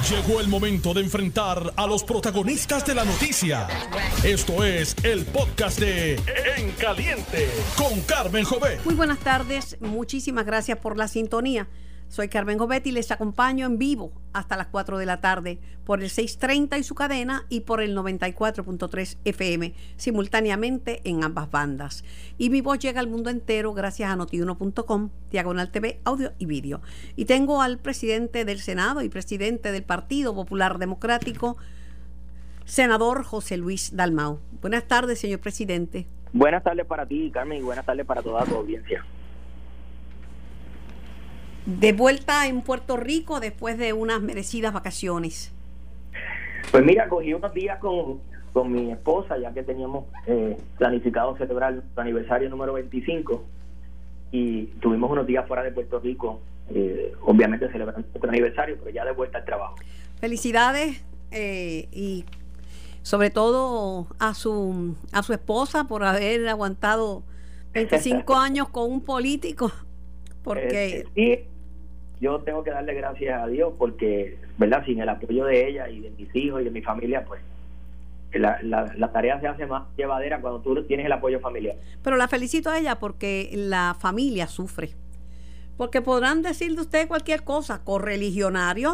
Llegó el momento de enfrentar a los protagonistas de la noticia. Esto es el podcast de En Caliente con Carmen Jovet. Muy buenas tardes, muchísimas gracias por la sintonía. Soy Carmen Jovet y les acompaño en vivo hasta las 4 de la tarde por el 630 y su cadena y por el 94.3 FM, simultáneamente en ambas bandas. Y mi voz llega al mundo entero gracias a notiuno.com, /TV, audio y vídeo. Y tengo al presidente del Senado y presidente del Partido Popular Democrático, senador José Luis Dalmau. Buenas tardes, señor presidente. Buenas tardes para ti, Carmen, y buenas tardes para toda tu audiencia. De vuelta en Puerto Rico después de unas merecidas vacaciones. Pues mira, cogí unos días con mi esposa, ya que teníamos planificado celebrar nuestro aniversario número 25, y tuvimos unos días fuera de Puerto Rico, obviamente celebrando nuestro aniversario, pero ya de vuelta al trabajo. Felicidades y sobre todo a su esposa por haber aguantado 25 años con un político, porque... Sí, yo tengo que darle gracias a Dios porque, ¿verdad? Sin el apoyo de ella y de mis hijos y de mi familia, pues la tarea se hace más llevadera cuando tú tienes el apoyo familiar. Pero la felicito a ella porque la familia sufre. Porque podrán decir de usted cualquier cosa, correligionarios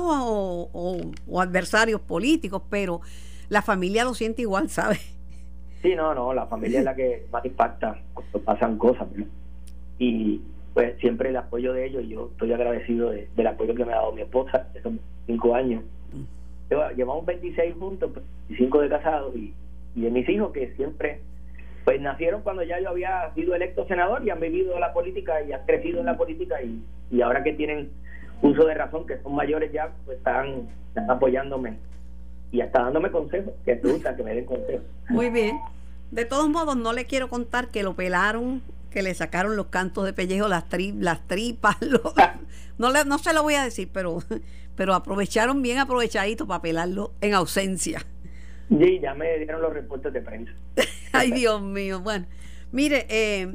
o adversarios políticos, pero la familia lo siente igual, ¿sabe? Sí, no, la familia es la que más impacta cuando pasan cosas, ¿no? Y pues siempre el apoyo de ellos, y yo estoy agradecido del apoyo que me ha dado mi esposa, que son 5 años. Llevamos 26 juntos, 25 de casados, y de mis hijos que siempre pues nacieron cuando ya yo había sido electo senador y han vivido la política y han crecido en la política, y ahora que tienen uso de razón, que son mayores ya, pues están apoyándome y hasta dándome consejos, que me gusta que me den consejos. Muy bien. De todos modos, no le quiero contar que lo pelaron, que le sacaron los cantos de pellejo, las tripas, no se lo voy a decir, pero aprovecharon bien aprovechadito para pelarlo en ausencia. Sí, ya me dieron los reportes de prensa. Ay, Dios mío. Bueno, mire,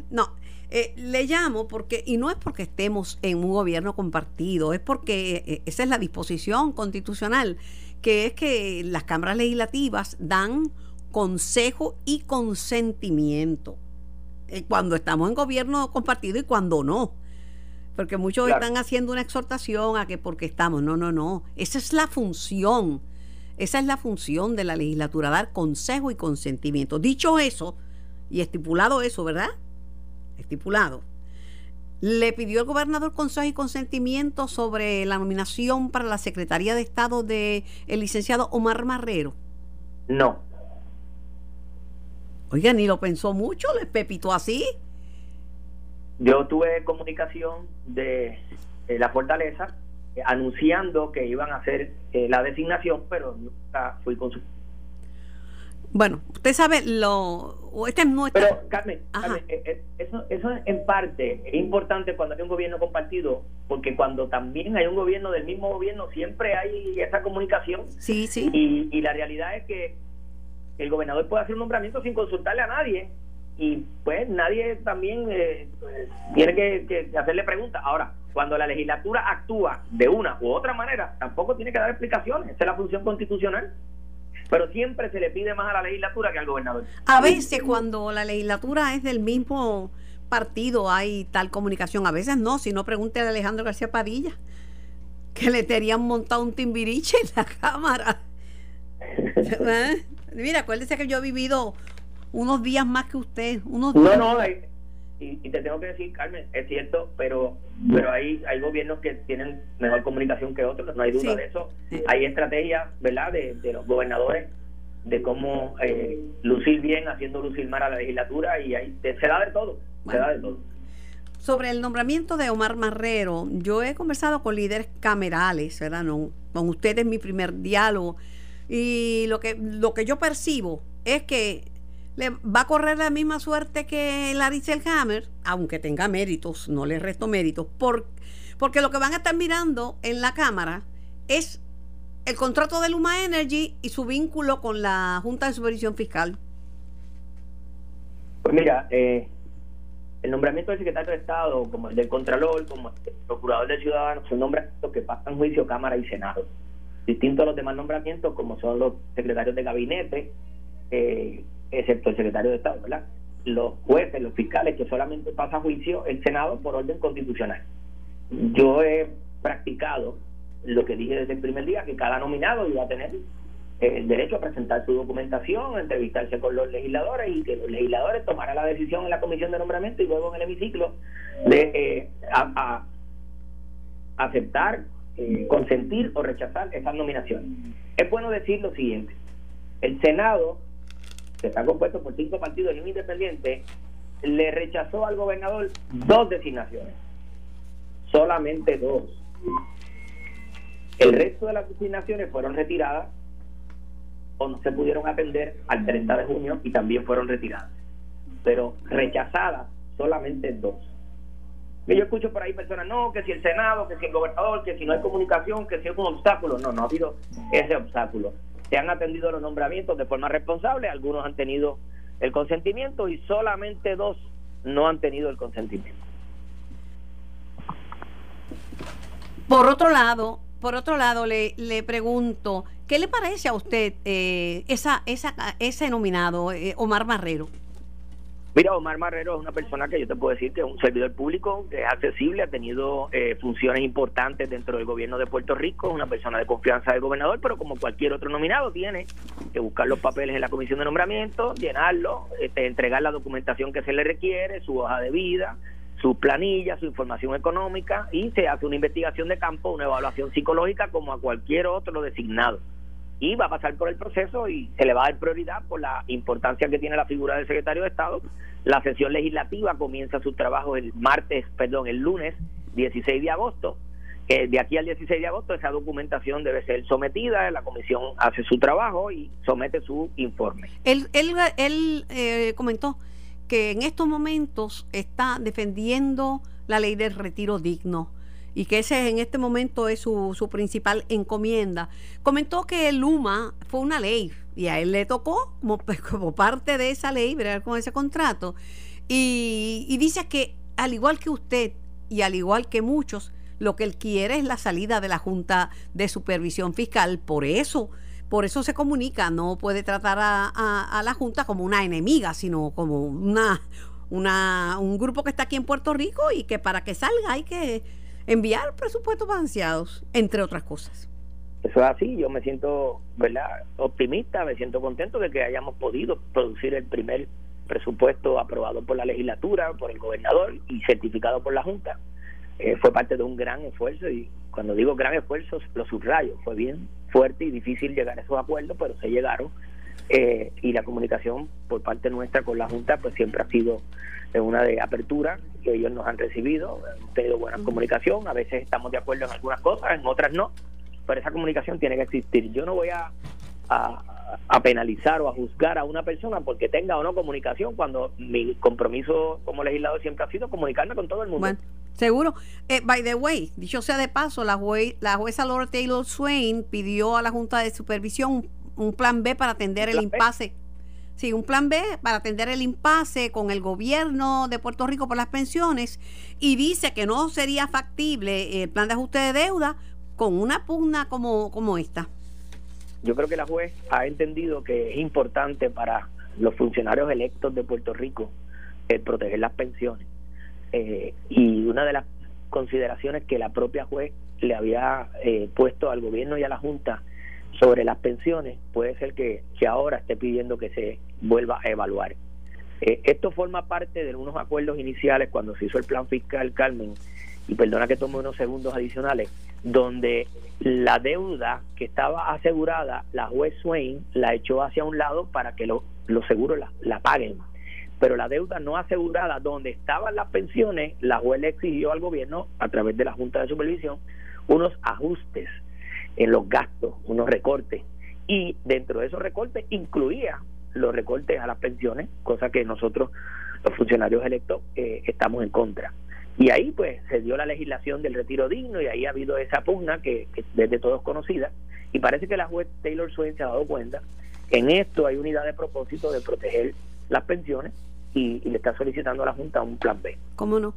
le llamo porque, y no es porque estemos en un gobierno compartido, es porque esa es la disposición constitucional, que es que las cámaras legislativas dan consejo y consentimiento cuando estamos en gobierno compartido y cuando no, porque muchos claro, están haciendo una exhortación a que porque estamos, no, esa es la función de la legislatura, dar consejo y consentimiento. Dicho eso y estipulado eso, ¿verdad? Estipulado, le pidió el gobernador consejo y consentimiento sobre la nominación para la Secretaría de Estado de el licenciado Omar Marrero. No. Oiga, ni lo pensó mucho, le pepitó así. Yo tuve comunicación de la Fortaleza anunciando que iban a hacer la designación, pero nunca fui con su... Bueno, usted sabe Pero, Carmen, eso en parte es importante cuando hay un gobierno compartido, porque cuando también hay un gobierno del mismo gobierno, siempre hay esa comunicación. Sí. Y la realidad es que el gobernador puede hacer un nombramiento sin consultarle a nadie, y pues nadie también tiene que hacerle preguntas. Ahora, cuando la legislatura actúa de una u otra manera, tampoco tiene que dar explicaciones, esa es la función constitucional, pero siempre se le pide más a la legislatura que al gobernador. A veces cuando la legislatura es del mismo partido hay tal comunicación, a veces no, si no pregunte a Alejandro García Padilla, que le tenían montado un timbiriche en la cámara. Mira, acuérdese que yo he vivido unos días más que usted. Y te tengo que decir, Carmen, es cierto, pero hay gobiernos que tienen mejor comunicación que otros, no hay duda de eso. Sí. Hay estrategias, ¿verdad?, de los gobernadores de cómo lucir bien, haciendo lucir mal a la legislatura, y ahí se da de todo, bueno, se da de todo. Sobre el nombramiento de Omar Marrero, yo he conversado con líderes camerales, ¿verdad? No, con ustedes mi primer diálogo, y lo que yo percibo es que le va a correr la misma suerte que Larry Selhammer, aunque tenga méritos, no le resto méritos, porque lo que van a estar mirando en la Cámara es el contrato de Luma Energy y su vínculo con la Junta de Supervisión Fiscal. Pues mira, el nombramiento del secretario de Estado, como el del Contralor, como el del Procurador del Ciudadano, son nombramientos que pasan juicio Cámara y Senado. distinto a los demás nombramientos, como son los secretarios de gabinete, excepto el secretario de Estado, ¿verdad? Los jueces, los fiscales, que solamente pasa a juicio el Senado por orden constitucional. Yo he practicado lo que dije desde el primer día, que cada nominado iba a tener el derecho a presentar su documentación, a entrevistarse con los legisladores y que los legisladores tomaran la decisión en la comisión de nombramiento y luego en el hemiciclo de aceptar, consentir o rechazar esas nominaciones. Es bueno decir lo siguiente: el Senado, que está compuesto por 5 partidos y un independiente, le rechazó al gobernador 2 designaciones, solamente 2. El resto de las designaciones fueron retiradas o no se pudieron atender al 30 de junio y también fueron retiradas, pero rechazadas solamente 2. Y yo escucho por ahí personas, no, que si el Senado, que si el gobernador, que si no hay comunicación, que si es un obstáculo. No ha habido ese obstáculo. Se han atendido los nombramientos de forma responsable, algunos han tenido el consentimiento y solamente 2 no han tenido el consentimiento. Por otro lado, le pregunto, ¿qué le parece a usted ese nominado, Omar Marrero? Mira, Omar Marrero es una persona que yo te puedo decir que es un servidor público, que es accesible, ha tenido funciones importantes dentro del gobierno de Puerto Rico, es una persona de confianza del gobernador, pero como cualquier otro nominado tiene que buscar los papeles en la comisión de nombramiento, llenarlo, entregar la documentación que se le requiere, su hoja de vida, su planilla, su información económica, y se hace una investigación de campo, una evaluación psicológica como a cualquier otro designado. Y va a pasar por el proceso y se le va a dar prioridad por la importancia que tiene la figura del secretario de Estado. La sesión legislativa comienza su trabajo el lunes 16 de agosto. De aquí al 16 de agosto esa documentación debe ser sometida, la comisión hace su trabajo y somete su informe. Él comentó que en estos momentos está defendiendo la ley del retiro digno y que ese en este momento es su principal encomienda. Comentó que el Luma fue una ley y a él le tocó como parte de esa ley bregar con ese contrato y dice que al igual que usted y al igual que muchos, lo que él quiere es la salida de la Junta de Supervisión Fiscal. Por eso se comunica, no puede tratar a la Junta como una enemiga, sino como un grupo que está aquí en Puerto Rico y que para que salga hay que enviar presupuestos balanceados, entre otras cosas. Eso es así, yo me siento, ¿verdad?, optimista, me siento contento de que hayamos podido producir el primer presupuesto aprobado por la legislatura, por el gobernador y certificado por la Junta. Fue parte de un gran esfuerzo, y cuando digo gran esfuerzo lo subrayo, fue bien fuerte y difícil llegar a esos acuerdos, pero se llegaron, y la comunicación por parte nuestra con la Junta pues siempre ha sido una de apertura, que ellos nos han recibido, hemos tenido buena comunicación, a veces estamos de acuerdo en algunas cosas, en otras no, pero esa comunicación tiene que existir. Yo no voy a penalizar o a juzgar a una persona porque tenga o no comunicación, cuando mi compromiso como legislador siempre ha sido comunicarme con todo el mundo. Bueno, seguro. By the way, dicho sea de paso, la jueza Laura Taylor Swain pidió a la Junta de Supervisión un plan B para atender el impasse. Sí, un plan B para atender el impasse con el gobierno de Puerto Rico por las pensiones, y dice que no sería factible el plan de ajuste de deuda con una pugna como esta. Yo creo que la juez ha entendido que es importante para los funcionarios electos de Puerto Rico proteger las pensiones, y una de las consideraciones que la propia juez le había puesto al gobierno y a la Junta sobre las pensiones puede ser que ahora esté pidiendo que se vuelva a evaluar. Esto forma parte de unos acuerdos iniciales cuando se hizo el plan fiscal, Carmen, y perdona que tome unos segundos adicionales, donde la deuda que estaba asegurada, la juez Swain la echó hacia un lado para que los seguros la paguen, pero la deuda no asegurada, donde estaban las pensiones, la juez le exigió al gobierno, a través de la Junta de Supervisión, unos ajustes en los gastos, unos recortes, y dentro de esos recortes incluía los recortes a las pensiones, cosa que nosotros, los funcionarios electos, estamos en contra. Y ahí pues se dio la legislación del retiro digno, y ahí ha habido esa pugna que desde todos conocida, y parece que la juez Taylor Swain se ha dado cuenta que en esto hay unidad de propósito de proteger las pensiones, y le está solicitando a la Junta un plan B. ¿Cómo no?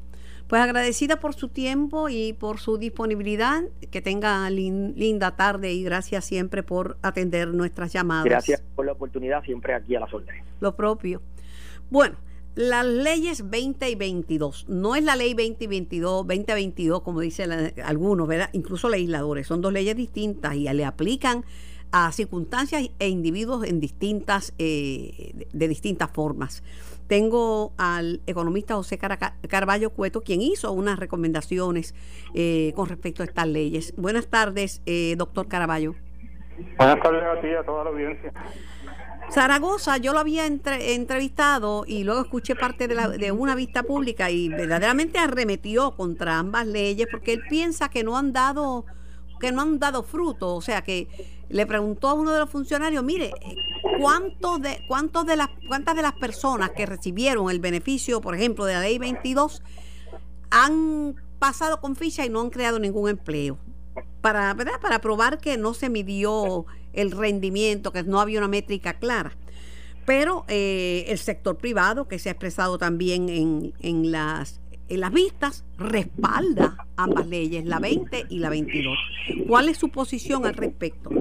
Pues agradecida por su tiempo y por su disponibilidad. Que tenga linda tarde y gracias siempre por atender nuestras llamadas. Gracias por la oportunidad, siempre aquí a las órdenes. Lo propio. Bueno, las leyes 20 y 22, no es la ley 20 y 22, 2022 como dicen algunos, ¿verdad? Incluso legisladores, son dos leyes distintas y le aplican a circunstancias e individuos en distintas, de distintas formas. Tengo al economista José Caraballo Cueto, quien hizo unas recomendaciones con respecto a estas leyes. Buenas tardes, doctor Caraballo. Buenas tardes a ti y a toda la audiencia. Zaragoza, yo lo había entrevistado y luego escuché parte de una vista pública y verdaderamente arremetió contra ambas leyes porque él piensa que no han dado fruto. O sea, que le preguntó a uno de los funcionarios, mire, ¿cuántas de las personas que recibieron el beneficio, por ejemplo, de la ley 22 han pasado con ficha y no han creado ningún empleo? Para probar que no se midió el rendimiento, que no había una métrica clara. Pero el sector privado, que se ha expresado también en las vistas, respalda ambas leyes, la 20 y la 22. ¿Cuál es su posición al respecto?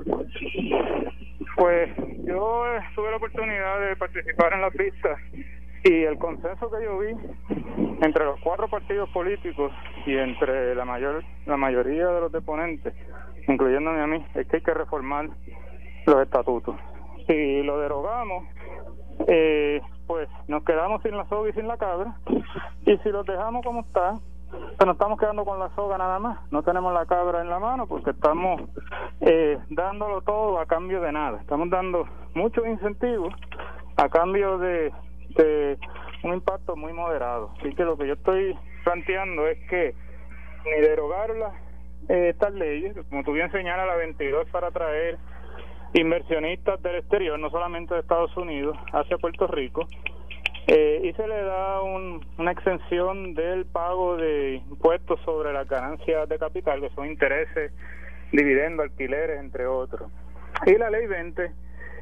Pues yo tuve la oportunidad de participar en las vistas y el consenso que yo vi entre los 4 partidos políticos y entre la mayoría de los deponentes, incluyéndome a mí, es que hay que reformar los estatutos. Si lo derogamos, pues nos quedamos sin la soga y sin la cabra, y si los dejamos como está, pues nos estamos quedando con la soga nada más, no tenemos la cabra en la mano porque estamos dándolo todo a cambio de nada, estamos dando muchos incentivos a cambio de un impacto muy moderado. Así que lo que yo estoy planteando es que ni derogar estas leyes, como tú bien señalas, la 22 para atraer inversionistas del exterior, no solamente de Estados Unidos, hacia Puerto Rico, y se le da una exención del pago de impuestos sobre las ganancias de capital, que son intereses, dividendos, alquileres, entre otros. Y la ley 20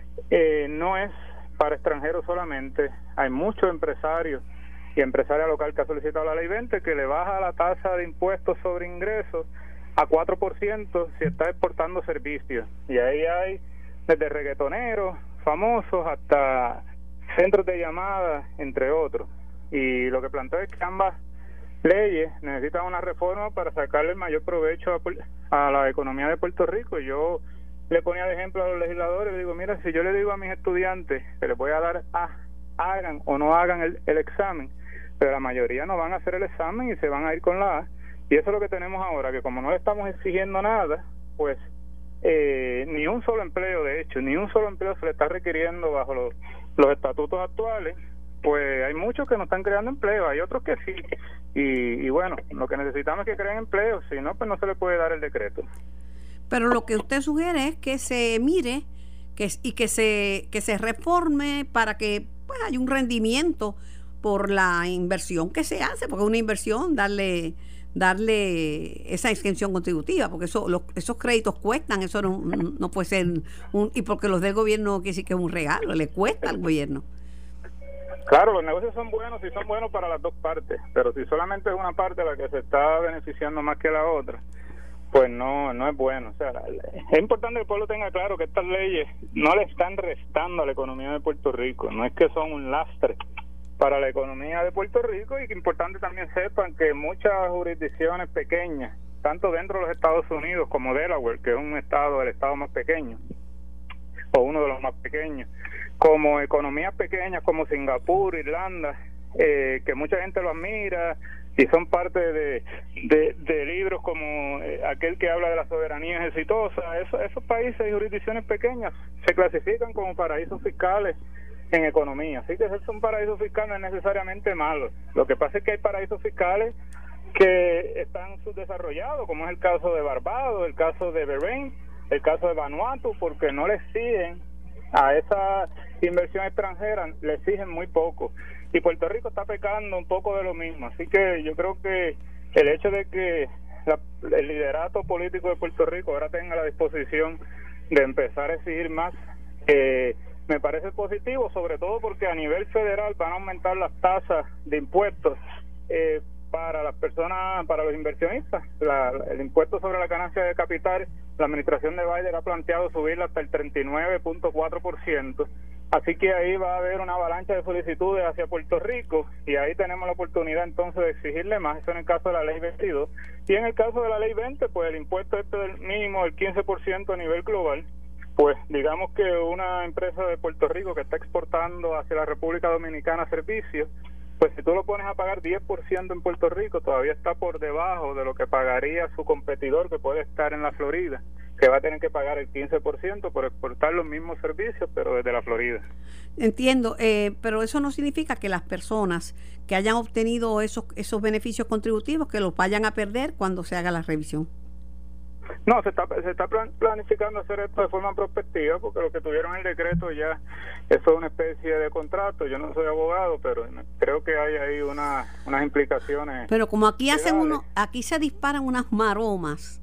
no es para extranjeros solamente. Hay muchos empresarios y empresaria local que ha solicitado la ley 20 que le baja la tasa de impuestos sobre ingresos a 4% si está exportando servicios. Y ahí hay desde reggaetoneros famosos hasta centros de llamadas, entre otros. Y lo que planteo es que ambas leyes necesitan una reforma para sacarle el mayor provecho a la economía de Puerto Rico. Yo le ponía de ejemplo a los legisladores, le digo, mira, si yo le digo a mis estudiantes que les voy a dar hagan o no hagan el examen, pero la mayoría no van a hacer el examen y se van a ir con la A, y eso es lo que tenemos ahora, que como no le estamos exigiendo nada, pues ni un solo empleo, de hecho, ni un solo empleo se le está requiriendo bajo los estatutos actuales, pues hay muchos que no están creando empleo, hay otros que sí, y bueno, lo que necesitamos es que creen empleo, si no, pues no se le puede dar el decreto. Pero lo que usted sugiere es que se mire y que se reforme para que pues haya un rendimiento por la inversión que se hace, porque es una inversión darle esa exención contributiva, porque esos créditos cuestan, eso no puede ser y porque los del gobierno quiere decir que es un regalo, le cuesta al gobierno. Claro, los negocios son buenos si son buenos para las dos partes, pero si solamente es una parte la que se está beneficiando más que la otra, pues no es bueno. O sea, es importante que el pueblo tenga claro que estas leyes no le están restando a la economía de Puerto Rico, no es que son un lastre para la economía de Puerto Rico, y que es importante también sepan que muchas jurisdicciones pequeñas, tanto dentro de los Estados Unidos como Delaware, que es el estado más pequeño, o uno de los más pequeños, como economías pequeñas como Singapur, Irlanda, que mucha gente lo admira, y son parte de libros como aquel que habla de la soberanía exitosa. Esos países y jurisdicciones pequeñas se clasifican como paraísos fiscales en economía, así que ser un paraíso fiscal no es necesariamente malo. Lo que pasa es que hay paraísos fiscales que están subdesarrollados, como es el caso de Barbados, el caso de Bahrein, el caso de Vanuatu, porque no le exigen a esa inversión extranjera, le exigen muy poco, y Puerto Rico está pecando un poco de lo mismo. Así que yo creo que el hecho de que el liderato político de Puerto Rico ahora tenga la disposición de empezar a exigir más, me parece positivo, sobre todo porque a nivel federal van a aumentar las tasas de impuestos para las personas, para los inversionistas. El impuesto sobre la ganancia de capital, la administración de Biden ha planteado subirlo hasta el 39.4%. Así que ahí va a haber una avalancha de solicitudes hacia Puerto Rico y ahí tenemos la oportunidad entonces de exigirle más. Eso en el caso de la ley 22. Y en el caso de la ley 20, pues el impuesto del mínimo del 15% a nivel global, pues digamos que una empresa de Puerto Rico que está exportando hacia la República Dominicana servicios, pues si tú lo pones a pagar 10% en Puerto Rico, todavía está por debajo de lo que pagaría su competidor que puede estar en la Florida, que va a tener que pagar el 15% por exportar los mismos servicios, pero desde la Florida. Entiendo, pero eso no significa que las personas que hayan obtenido esos beneficios contributivos, que los vayan a perder cuando se haga la revisión. No, se está planificando hacer esto de forma prospectiva, porque lo que tuvieron en el decreto ya, eso es una especie de contrato. Yo no soy abogado, pero creo que hay ahí unas implicaciones. Pero como aquí aquí se disparan unas maromas,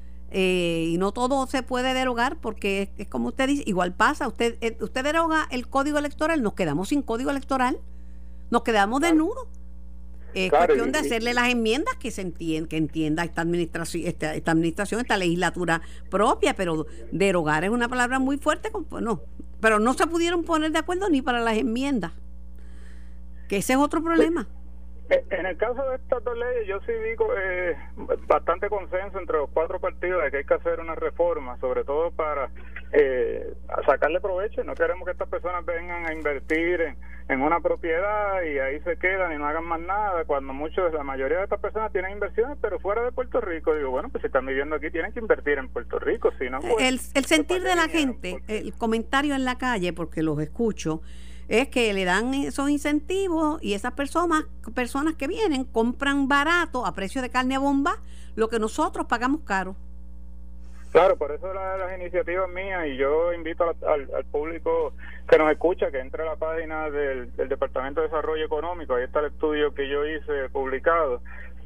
y no todo se puede derogar, porque es como usted dice, igual pasa, usted deroga el código electoral, nos quedamos sin código electoral, nos quedamos desnudos. Es cuestión de hacerle las enmiendas que entienda esta administración, esta legislatura propia, pero derogar es una palabra muy fuerte, no, pero no se pudieron poner de acuerdo ni para las enmiendas, que ese es otro problema. En el caso de estas dos leyes, yo sí digo bastante consenso entre los cuatro partidos de que hay que hacer una reforma, sobre todo para sacarle provecho. No queremos que estas personas vengan a invertir en una propiedad y ahí se quedan y no hagan más nada, cuando la mayoría de estas personas tienen inversiones, pero fuera de Puerto Rico. Digo, bueno, pues si están viviendo aquí, tienen que invertir en Puerto Rico, si no, pues, el sentir de la gente, el comentario en la calle, porque los escucho, es que le dan esos incentivos y esas personas que vienen compran barato a precio de carne a bomba lo que nosotros pagamos caro. Claro, por eso las iniciativas mías, y yo invito al público que nos escucha que entre a la página del Departamento de Desarrollo Económico. Ahí está el estudio que yo hice publicado,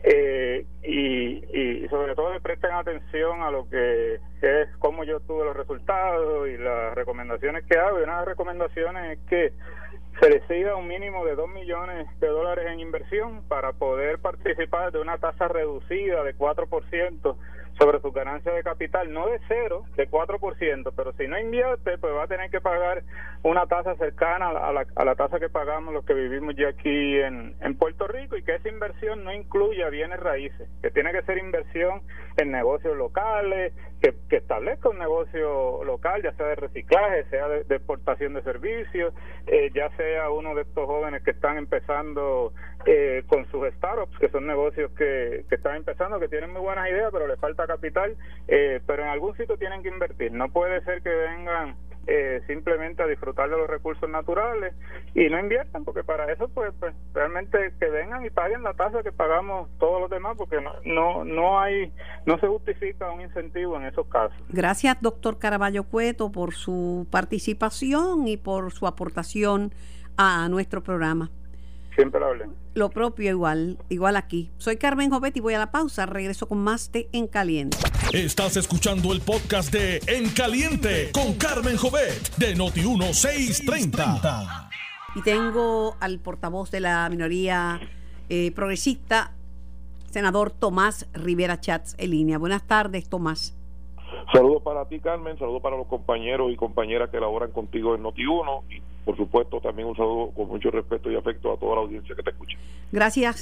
y sobre todo le presten atención a lo que es cómo yo tuve los resultados y las recomendaciones que hago. Y una de las recomendaciones es que se decida un mínimo de $2 millones en inversión para poder participar de una tasa reducida de 4% sobre su ganancia de capital, no de 0, de 4%, pero si no invierte, pues va a tener que pagar una tasa cercana a la tasa que pagamos los que vivimos ya aquí en Puerto Rico, y que esa inversión no incluya bienes raíces, que tiene que ser inversión en negocios locales, que establezca un negocio local, ya sea de reciclaje, sea de exportación de servicios, ya sea uno de estos jóvenes que están empezando con sus startups, que son negocios que están empezando, que tienen muy buenas ideas, pero les falta capital, pero en algún sitio tienen que invertir. No puede ser que vengan simplemente a disfrutar de los recursos naturales y no inviertan, porque para eso pues realmente que vengan y paguen la tasa que pagamos todos los demás, porque no se justifica un incentivo en esos casos. Gracias, doctor Caraballo Cueto, por su participación y por su aportación a nuestro programa. Siempre lo hablen. Lo propio, igual aquí. Soy Carmen Jovet y voy a la pausa. Regreso con más de En Caliente. Estás escuchando el podcast de En Caliente con Carmen Jovet de Noti1 630. Y tengo al portavoz de la minoría progresista, senador Tomás Rivera Schatz, en línea. Buenas tardes, Tomás. Saludos para ti, Carmen. Saludos para los compañeros y compañeras que laboran contigo en Noti1. Y por supuesto, también un saludo con mucho respeto y afecto a toda la audiencia que te escucha. Gracias,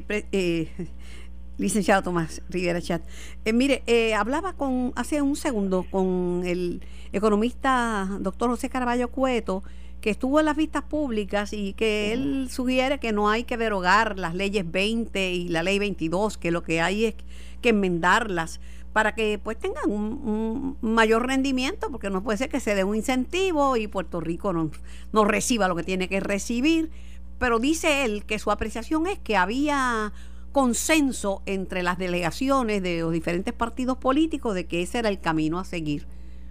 licenciado Tomás Rivera Schatz. Mire, hablaba hace un segundo con el economista doctor José Caraballo Cueto, que estuvo en las vistas públicas y que él sugiere que no hay que derogar las leyes 20 y la ley 22, que lo que hay es que enmendarlas para que pues tengan un mayor rendimiento, porque no puede ser que se dé un incentivo y Puerto Rico no reciba lo que tiene que recibir. Pero dice él que su apreciación es que había consenso entre las delegaciones de los diferentes partidos políticos de que ese era el camino a seguir.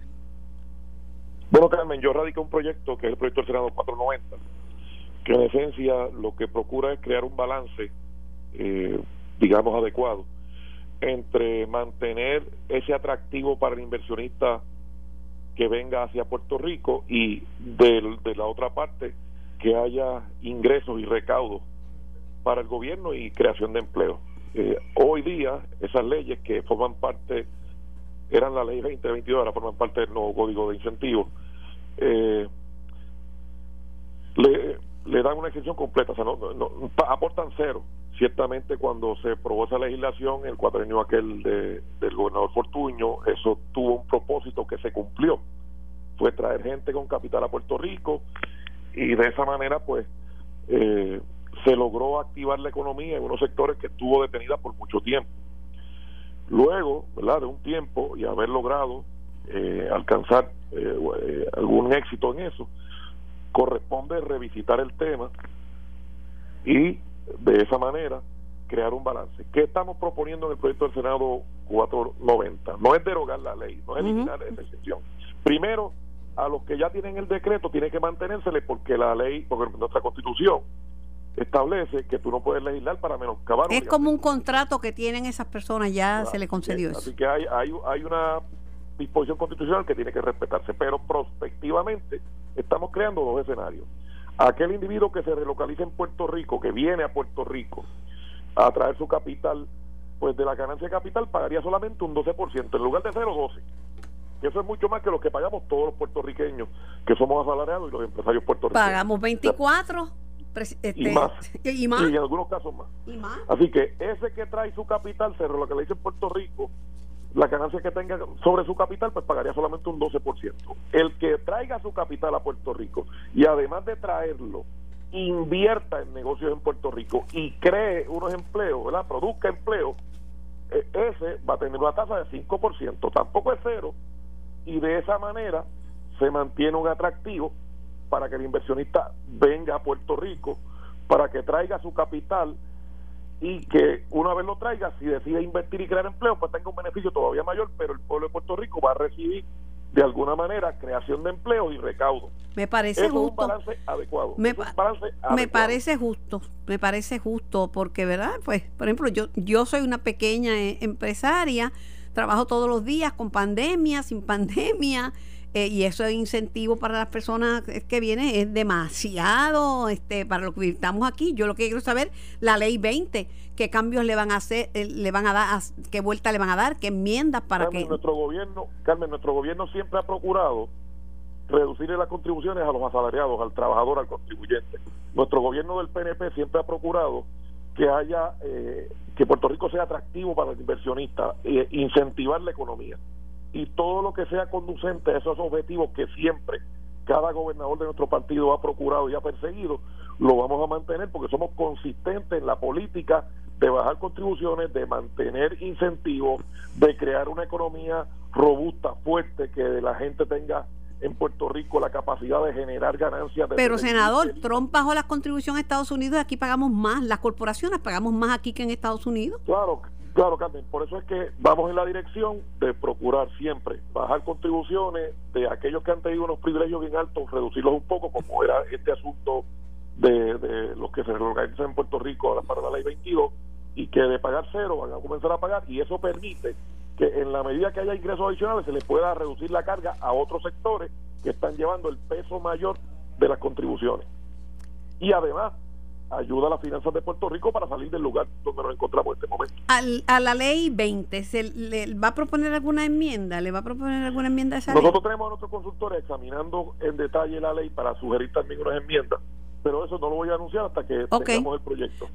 Bueno, Carmen, yo radiqué un proyecto que es el proyecto del Senado 490, que en esencia lo que procura es crear un balance, digamos, adecuado entre mantener ese atractivo para el inversionista que venga hacia Puerto Rico y de la otra parte que haya ingresos y recaudos para el gobierno y creación de empleo. Hoy día esas leyes que forman parte, eran la ley 2022, ahora forman parte del nuevo código de incentivos, le dan una exención completa, o sea, no aportan cero. Ciertamente cuando se aprobó esa legislación, el cuatrienio aquel del gobernador Fortuño, eso tuvo un propósito que se cumplió, fue traer gente con capital a Puerto Rico, y de esa manera pues se logró activar la economía en unos sectores que estuvo detenida por mucho tiempo. Luego, ¿verdad?, de un tiempo y haber logrado alcanzar algún éxito en eso, corresponde revisitar el tema y de esa manera crear un balance. ¿Qué estamos proponiendo en el proyecto del Senado 490? No es derogar la ley, no es eliminar esa excepción. Primero, a los que ya tienen el decreto tiene que mantenérsele, porque la ley, porque nuestra Constitución establece que tú no puedes legislar para menoscabar. Es como un contrato que tienen esas personas, ya se le concedió eso. Así que hay una disposición constitucional que tiene que respetarse, pero prospectivamente estamos creando dos escenarios. Aquel individuo que se relocaliza en Puerto Rico, que viene a Puerto Rico a traer su capital, pues de la ganancia de capital pagaría solamente un 12%, en lugar de 0,12%. Y eso es mucho más que lo que pagamos todos los puertorriqueños, que somos asalariados, y los empresarios puertorriqueños. Pagamos 24%. Y más. ¿Y más? Y en algunos casos más. ¿Y más? Así que ese que trae su capital, se relocaliza en Puerto Rico, la ganancia que tenga sobre su capital, pues pagaría solamente un 12%. El que traiga su capital a Puerto Rico y además de traerlo, invierta en negocios en Puerto Rico y cree unos empleos, ¿verdad?, produzca empleo, ese va a tener una tasa de 5%, tampoco es cero, y de esa manera se mantiene un atractivo para que el inversionista venga a Puerto Rico, para que traiga su capital, y que una vez lo traiga, si decide invertir y crear empleo, pues tenga un beneficio todavía mayor, pero el pueblo de Puerto Rico va a recibir de alguna manera creación de empleo y recaudo. Me parece Eso justo. Es un balance adecuado. Me parece justo porque, ¿verdad? Pues, por ejemplo, yo soy una pequeña empresaria, trabajo todos los días con pandemia, sin pandemia, y eso es incentivo para las personas que vienen, es demasiado para lo que estamos aquí. Yo lo que quiero saber, la ley 20, qué cambios le van a hacer, le van a dar, qué vuelta le van a dar, qué enmiendas para Carmen, nuestro gobierno siempre ha procurado reducirle las contribuciones a los asalariados, al trabajador, al contribuyente. Nuestro gobierno del PNP siempre ha procurado que haya que Puerto Rico sea atractivo para el inversionista, incentivar la economía, y todo lo que sea conducente a esos objetivos que siempre cada gobernador de nuestro partido ha procurado y ha perseguido, lo vamos a mantener, porque somos consistentes en la política de bajar contribuciones, de mantener incentivos, de crear una economía robusta, fuerte, que la gente tenga en Puerto Rico la capacidad de generar ganancias. Pero, senador, Trump bajó las contribuciones a Estados Unidos y aquí pagamos más. Las corporaciones pagamos más aquí que en Estados Unidos. Claro, Carmen, por eso es que vamos en la dirección de procurar siempre bajar contribuciones de aquellos que han tenido unos privilegios bien altos, reducirlos un poco, como era este asunto de los que se relocalizan en Puerto Rico ahora para la ley 22, y que de pagar cero van a comenzar a pagar, y eso permite que en la medida que haya ingresos adicionales se les pueda reducir la carga a otros sectores que están llevando el peso mayor de las contribuciones. Y además ayuda a las finanzas de Puerto Rico para salir del lugar donde nos encontramos en este momento. A la ley 20, ¿le va a proponer alguna enmienda? ¿Le va a proponer alguna enmienda a esa ley? Nosotros ley? tenemos a nuestros consultores examinando en detalle la ley para sugerir también unas enmiendas, pero eso no lo voy a anunciar hasta que tengamos el proyecto.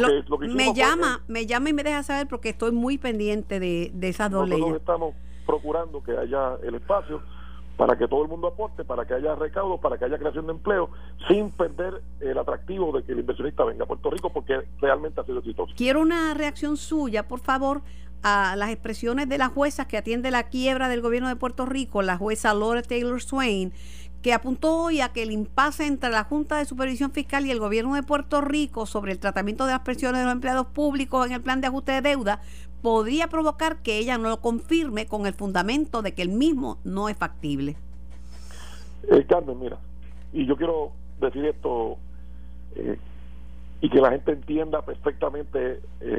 Me llama y me deja saber, porque estoy muy pendiente de esas dos leyes. Nosotros estamos procurando que haya el espacio para que todo el mundo aporte, para que haya recaudo, para que haya creación de empleo, sin perder el atractivo de que el inversionista venga a Puerto Rico, porque realmente ha sido exitoso. Quiero una reacción suya, por favor, a las expresiones de la jueza que atiende la quiebra del gobierno de Puerto Rico, la jueza Laura Taylor Swain, que apuntó hoy a que el impasse entre la Junta de Supervisión Fiscal y el gobierno de Puerto Rico sobre el tratamiento de las pensiones de los empleados públicos en el plan de ajuste de deuda podría provocar que ella no lo confirme con el fundamento de que el mismo no es factible. Carmen, mira, y yo quiero decir esto y que la gente entienda perfectamente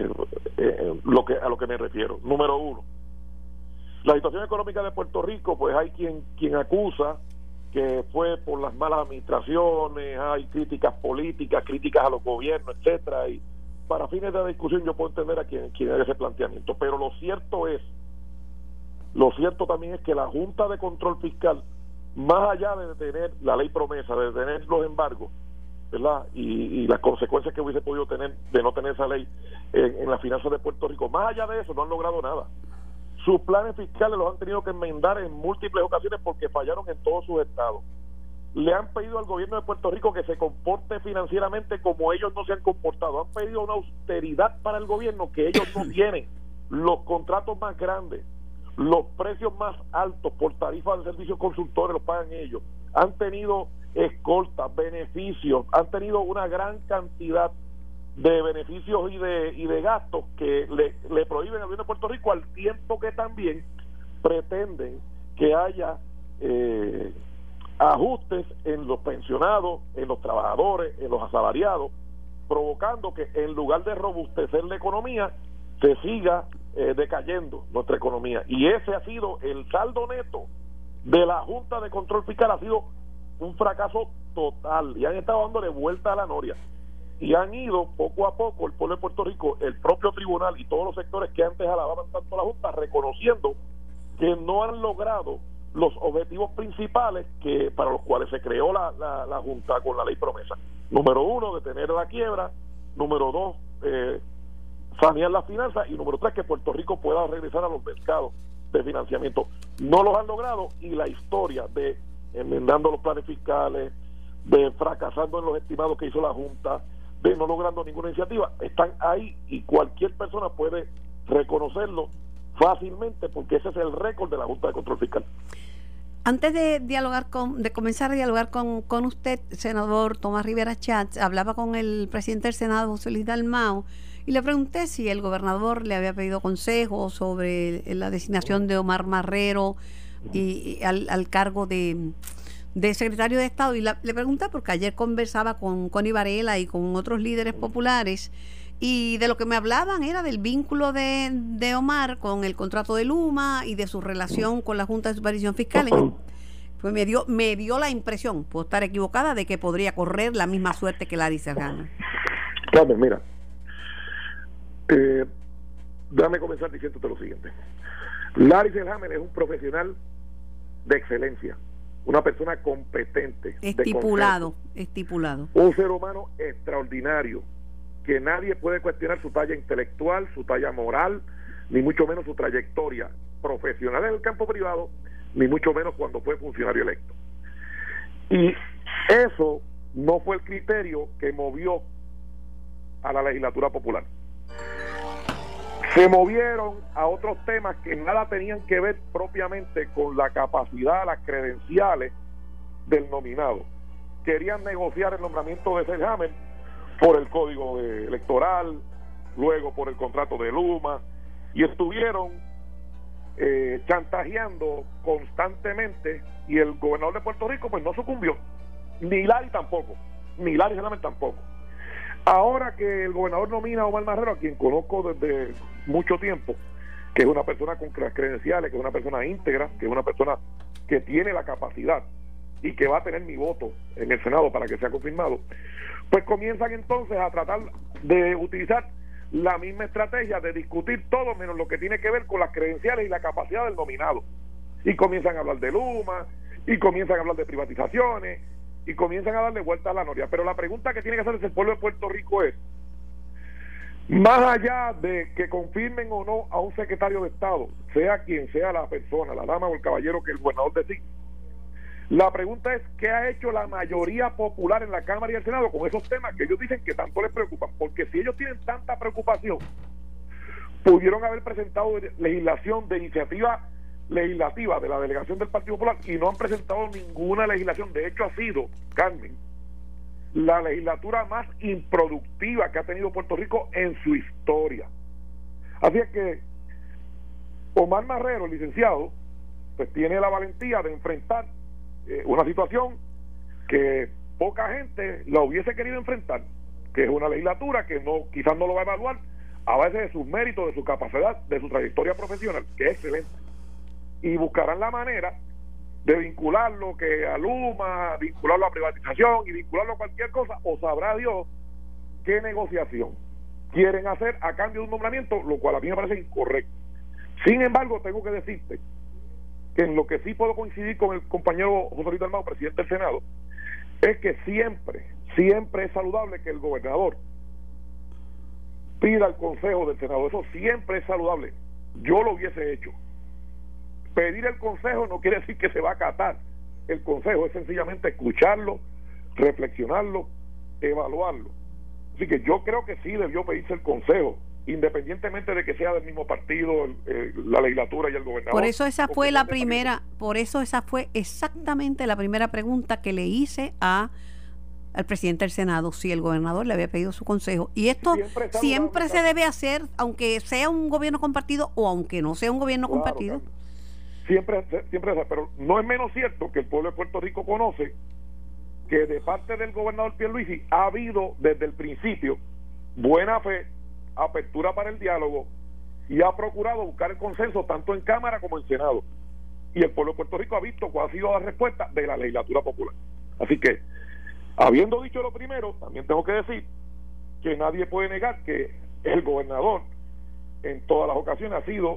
a lo que me refiero. Número uno, la situación económica de Puerto Rico, pues hay quien acusa que fue por las malas administraciones, hay críticas políticas, críticas a los gobiernos, etcétera, y para fines de la discusión yo puedo entender a quien haga ese planteamiento, pero lo cierto también es que la Junta de Control Fiscal, más allá de detener la ley promesa, de detener los embargos, ¿verdad? Y las consecuencias que hubiese podido tener de no tener esa ley en las finanzas de Puerto Rico, más allá de eso no han logrado nada. Sus planes fiscales los han tenido que enmendar en múltiples ocasiones porque fallaron en todos sus estados. Le han pedido al gobierno de Puerto Rico que se comporte financieramente como ellos no se han comportado. Han pedido una austeridad para el gobierno que ellos no tienen. Los contratos más grandes, los precios más altos por tarifas de servicios consultores los pagan ellos. Han tenido escoltas, beneficios, han tenido una gran cantidad de beneficios y de gastos que le prohíben al gobierno de Puerto Rico, al tiempo que también pretenden que haya ajustes en los pensionados, en los trabajadores, en los asalariados, provocando que en lugar de robustecer la economía se siga decayendo nuestra economía. Y ese ha sido el saldo neto de la Junta de Control Fiscal, ha sido un fracaso total, y han estado dándole vuelta a la noria, y han ido poco a poco el pueblo de Puerto Rico, el propio tribunal y todos los sectores que antes alababan tanto a la Junta, reconociendo que no han logrado los objetivos principales que para los cuales se creó la Junta con la ley promesa. Número 1, detener la quiebra. Número 2, sanear las finanzas. Y número 3, que Puerto Rico pueda regresar a los mercados de financiamiento. No los han logrado, y la historia de enmendando los planes fiscales, de fracasando en los estimados que hizo la Junta, de no logrando ninguna iniciativa, están ahí, y cualquier persona puede reconocerlo fácilmente, porque ese es el récord de la Junta de Control Fiscal. Antes de comenzar a dialogar con usted, senador Tomás Rivera Schatz, hablaba con el presidente del Senado, José Luis Dalmau, y le pregunté si el gobernador le había pedido consejos sobre la designación de Omar Marrero y al cargo de secretario de Estado. Y le pregunté porque ayer conversaba con Connie Varela y con otros líderes populares, y de lo que me hablaban era del vínculo de Omar con el contrato de Luma y de su relación con la Junta de Supervisión Fiscal. Pues me dio la impresión, puedo estar equivocada, de que podría correr la misma suerte que Larry Selhammer. Claro, mira, déjame comenzar diciéndote lo siguiente. Larry Selhammer es un profesional de excelencia, una persona competente, estipulado, un ser humano extraordinario, que nadie puede cuestionar su talla intelectual, su talla moral, ni mucho menos su trayectoria profesional en el campo privado, ni mucho menos cuando fue funcionario electo. Y eso no fue el criterio que movió a la legislatura popular. Se movieron a otros temas que nada tenían que ver propiamente con la capacidad, las credenciales del nominado. Querían negociar el nombramiento de Selhammer por el código electoral, luego por el contrato de Luma, y estuvieron chantajeando constantemente, y el gobernador de Puerto Rico pues no sucumbió, ni Larry Selhammer tampoco. Ahora que el gobernador nomina a Omar Marrero, a quien conozco desde mucho tiempo, que es una persona con credenciales, que es una persona íntegra, que es una persona que tiene la capacidad y que va a tener mi voto en el Senado para que sea confirmado, pues comienzan entonces a tratar de utilizar la misma estrategia de discutir todo menos lo que tiene que ver con las credenciales y la capacidad del nominado. Y comienzan a hablar de Luma, y comienzan a hablar de privatizaciones, y comienzan a darle vuelta a la noria. Pero la pregunta que tiene que hacerse el pueblo de Puerto Rico es, más allá de que confirmen o no a un secretario de Estado, sea quien sea la persona, la dama o el caballero que el gobernador designe, la pregunta es, ¿qué ha hecho la mayoría popular en la Cámara y el Senado con esos temas que ellos dicen que tanto les preocupan? Porque si ellos tienen tanta preocupación, pudieron haber presentado legislación de iniciativa legislativa de la delegación del Partido Popular, y no han presentado ninguna legislación. De hecho, ha sido, Carmen, la legislatura más improductiva que ha tenido Puerto Rico en su historia. Así es que Omar Marrero, el licenciado, pues tiene la valentía de enfrentar una situación que poca gente la hubiese querido enfrentar, que es una legislatura que quizás no lo va a evaluar a base de sus méritos, de su capacidad, de su trayectoria profesional, que es excelente, y buscarán la manera de vincularlo que a Luma, vincularlo a privatización y vincularlo a cualquier cosa, o sabrá Dios qué negociación. quieren hacer a cambio de un nombramiento, lo cual a mí me parece incorrecto. Sin embargo, tengo que decirte que en lo que sí puedo coincidir con el compañero José Luis Dalmau, presidente del Senado, es que siempre es saludable que el gobernador pida al Consejo del Senado. Eso siempre es saludable. Yo lo hubiese hecho. Pedir el consejo no quiere decir que se va a acatar el consejo, es sencillamente escucharlo, reflexionarlo, evaluarlo. Así que yo creo que sí debió pedirse el consejo, independientemente de que sea del mismo partido, la legislatura y el gobernador. Por eso esa fue la primera, por eso esa fue exactamente la primera pregunta que le hice al presidente del Senado, si el gobernador le había pedido su consejo. Y esto siempre se debe hacer, aunque sea un gobierno compartido o aunque no sea un gobierno compartido. Siempre, pero no es menos cierto que el pueblo de Puerto Rico conoce que de parte del gobernador Pierluisi ha habido desde el principio buena fe, apertura para el diálogo y ha procurado buscar el consenso tanto en Cámara como en Senado. Y el pueblo de Puerto Rico ha visto cuál ha sido la respuesta de la legislatura popular. Así que, habiendo dicho lo primero, también tengo que decir que nadie puede negar que el gobernador en todas las ocasiones ha sido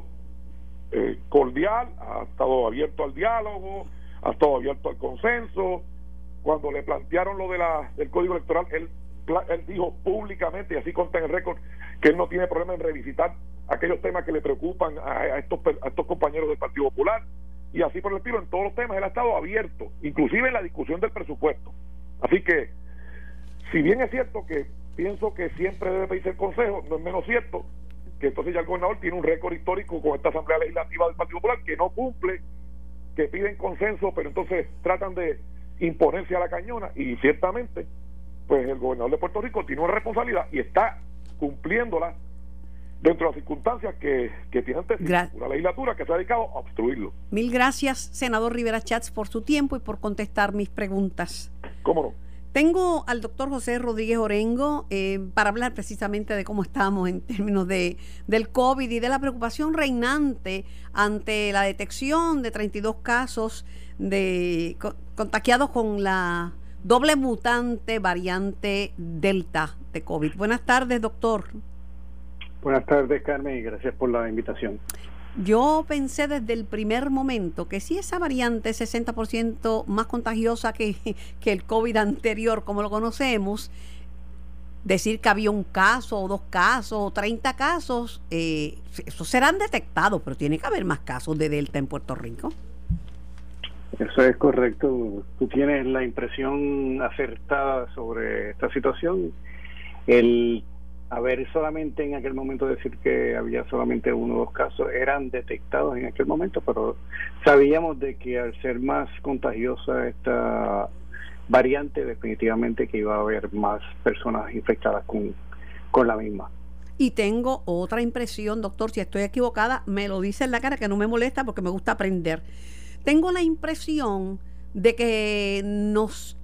cordial, ha estado abierto al diálogo, ha estado abierto al consenso. Cuando le plantearon lo del Código Electoral, él dijo públicamente, y así consta en el récord, que él no tiene problema en revisitar aquellos temas que le preocupan a estos compañeros del Partido Popular, y así por el estilo. En todos los temas él ha estado abierto, inclusive en la discusión del presupuesto. Así que, si bien es cierto que pienso que siempre debe pedirse el consejo, no es menos cierto que entonces ya el gobernador tiene un récord histórico con esta Asamblea Legislativa del Partido Popular, que no cumple, que piden consenso, pero entonces tratan de imponerse a la cañona, y ciertamente pues el gobernador de Puerto Rico tiene una responsabilidad y está cumpliéndola dentro de las circunstancias que tiene ante sí una legislatura que se ha dedicado a obstruirlo. Mil gracias, senador Rivera Schatz, por su tiempo y por contestar mis preguntas. ¿Cómo no? Tengo al doctor José Rodríguez Orengo para hablar precisamente de cómo estamos en términos del COVID y de la preocupación reinante ante la detección de 32 casos de contagiados con la doble mutante variante Delta de COVID. Buenas tardes, doctor. Buenas tardes, Carmen, y gracias por la invitación. Yo pensé desde el primer momento que si esa variante es 60% más contagiosa que el COVID anterior, como lo conocemos, decir que había un caso o 2 casos o 30 casos, esos serán detectados, pero tiene que haber más casos de Delta en Puerto Rico. Eso es correcto. Tú tienes la impresión acertada sobre esta situación. El haber solamente en aquel momento decir que había solamente 1 o 2 casos eran detectados en aquel momento, pero sabíamos de que al ser más contagiosa esta variante, definitivamente que iba a haber más personas infectadas con la misma. Y tengo otra impresión, doctor, si estoy equivocada, me lo dice en la cara, que no me molesta porque me gusta aprender. Tengo la impresión de que nos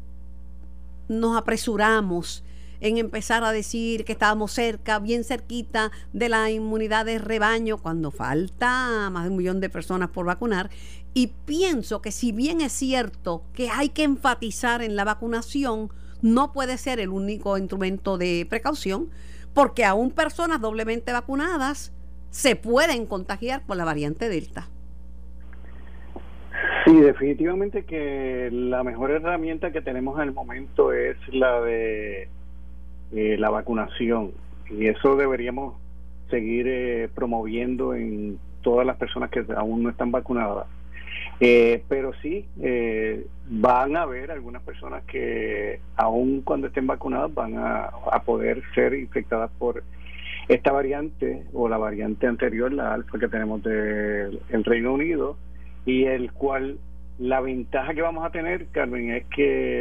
apresuramos en empezar a decir que estábamos cerca, bien cerquita de la inmunidad de rebaño, cuando falta más de 1 millón de personas por vacunar. Y pienso que si bien es cierto que hay que enfatizar en la vacunación, no puede ser el único instrumento de precaución, porque aún personas doblemente vacunadas se pueden contagiar por la variante Delta. Sí, definitivamente que la mejor herramienta que tenemos en el momento es la de la vacunación, y eso deberíamos seguir promoviendo en todas las personas que aún no están vacunadas. Pero sí, van a haber algunas personas que aún cuando estén vacunadas van a poder ser infectadas por esta variante o la variante anterior, la alfa que tenemos del Reino Unido, y el cual la ventaja que vamos a tener, Carmen, es que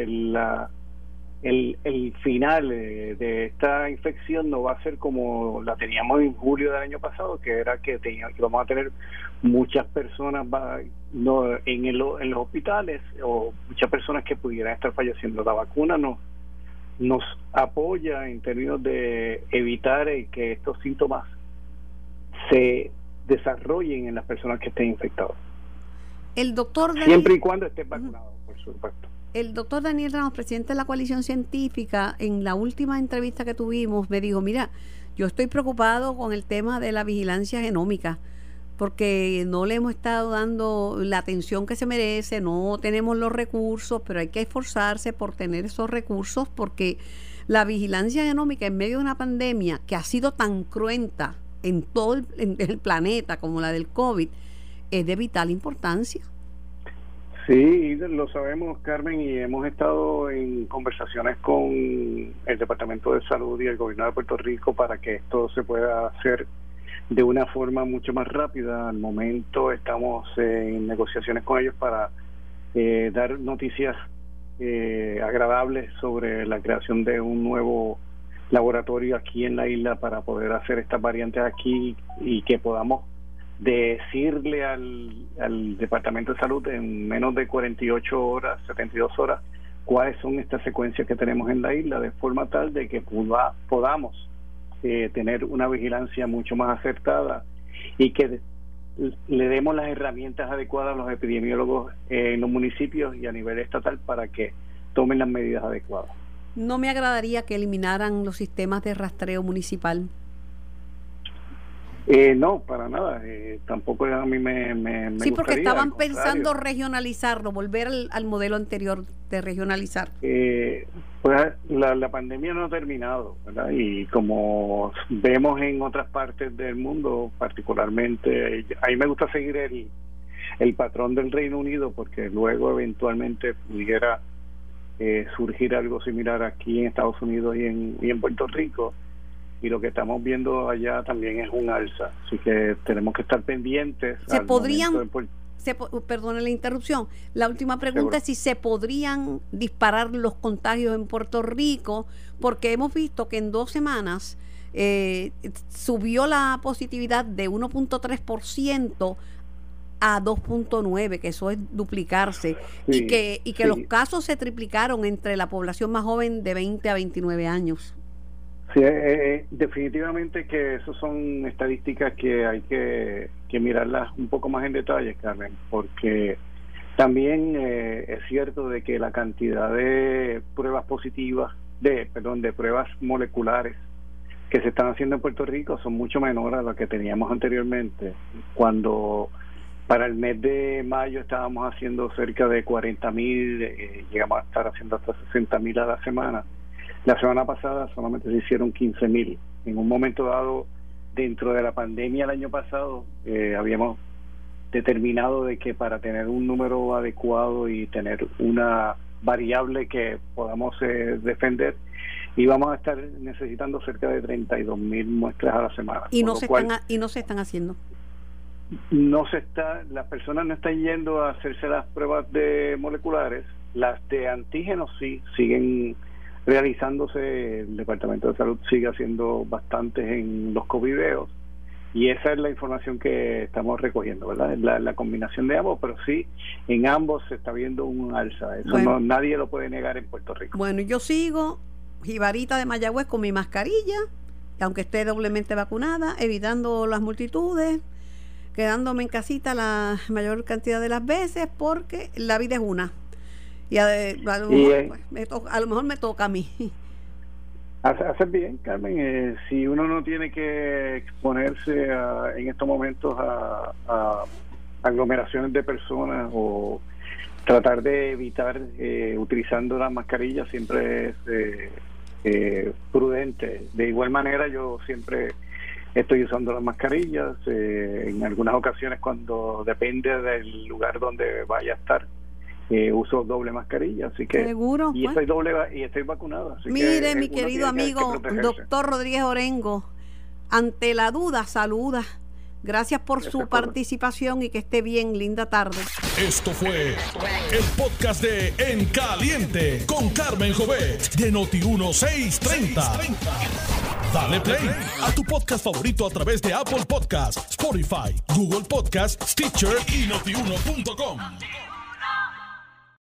el final de esta infección no va a ser como la teníamos en julio del año pasado, que era que vamos a tener muchas personas en los hospitales o muchas personas que pudieran estar falleciendo. La vacuna nos apoya en términos de evitar que estos síntomas se desarrollen en las personas que estén infectadas. El doctor siempre y cuando estén vacunados, por supuesto. El doctor Daniel Ramos, presidente de la Coalición Científica, en la última entrevista que tuvimos, me dijo, mira, Yo estoy preocupado con el tema de la vigilancia genómica, porque no le hemos estado dando la atención que se merece, no tenemos los recursos, pero hay que esforzarse por tener esos recursos, porque la vigilancia genómica en medio de una pandemia que ha sido tan cruenta en todo el planeta como la del COVID, es de vital importancia. Sí, lo sabemos, Carmen, y hemos estado en conversaciones con el Departamento de Salud y el Gobierno de Puerto Rico para que esto se pueda hacer de una forma mucho más rápida. Al momento estamos en negociaciones con ellos para dar noticias agradables sobre la creación de un nuevo laboratorio aquí en la isla para poder hacer estas variantes aquí y que podamos decirle al Departamento de Salud en menos de 48 horas, 72 horas, cuáles son estas secuencias que tenemos en la isla, de forma tal de que podamos tener una vigilancia mucho más acertada y que le demos las herramientas adecuadas a los epidemiólogos en los municipios y a nivel estatal para que tomen las medidas adecuadas. No me agradaría que eliminaran los sistemas de rastreo municipal. No, para nada. Tampoco a mí me sí, porque gustaría, estaban pensando regionalizarlo, volver al modelo anterior de regionalizar. Pues la pandemia no ha terminado, ¿verdad? Y como vemos en otras partes del mundo, particularmente, a mí me gusta seguir el patrón del Reino Unido, porque luego eventualmente pudiera surgir algo similar aquí en Estados Unidos y en Puerto Rico. Y lo que estamos viendo allá también es un alza, así que tenemos que estar pendientes. Perdone la interrupción, la última pregunta es si se podrían disparar los contagios en Puerto Rico, porque hemos visto que en 2 semanas subió la positividad de 1.3% a 2.9%, que eso es duplicarse, sí, y que los casos se triplicaron entre la población más joven de 20 a 29 años. Sí, definitivamente que esas son estadísticas que hay que mirarlas un poco más en detalle, Carmen, porque también es cierto de que la cantidad de pruebas positivas, de pruebas moleculares que se están haciendo en Puerto Rico son mucho menores a las que teníamos anteriormente. Cuando para el mes de mayo estábamos haciendo cerca de 40,000, llegamos a estar haciendo hasta 60,000 a la semana. La semana pasada solamente se hicieron 15,000. En un momento dado, dentro de la pandemia el año pasado, habíamos determinado de que para tener un número adecuado y tener una variable que podamos defender, íbamos a estar necesitando cerca de 32,000 muestras a la semana. Y no se están haciendo. Las personas no están yendo a hacerse las pruebas de moleculares. Las de antígenos sí siguen realizándose. El Departamento de Salud sigue haciendo bastantes en los covideos y esa es la información que estamos recogiendo, ¿verdad? La combinación de ambos, pero sí, en ambos se está viendo un alza. Eso bueno, nadie lo puede negar en Puerto Rico. Bueno, yo sigo jibarita de Mayagüez con mi mascarilla, aunque esté doblemente vacunada, evitando las multitudes, quedándome en casita la mayor cantidad de las veces, porque la vida es una. Y a lo mejor me toca a mí. Haces bien, Carmen. Si uno no tiene que exponerse en estos momentos a aglomeraciones de personas o tratar de evitar utilizando las mascarillas, siempre es prudente. De igual manera, yo siempre estoy usando las mascarillas. En algunas ocasiones, cuando depende del lugar donde vaya a estar, uso doble mascarilla, así que seguro y estoy estoy vacunado, así mire que mi querido amigo doctor Rodríguez Orengo, ante la duda saluda. Gracias por su participación y que esté bien. Linda tarde. Esto fue el podcast de En Caliente con Carmen Jovet de Noti1 630. Dale play a tu podcast favorito a través de Apple Podcasts, Spotify, Google Podcasts, Stitcher y Notiuno.com.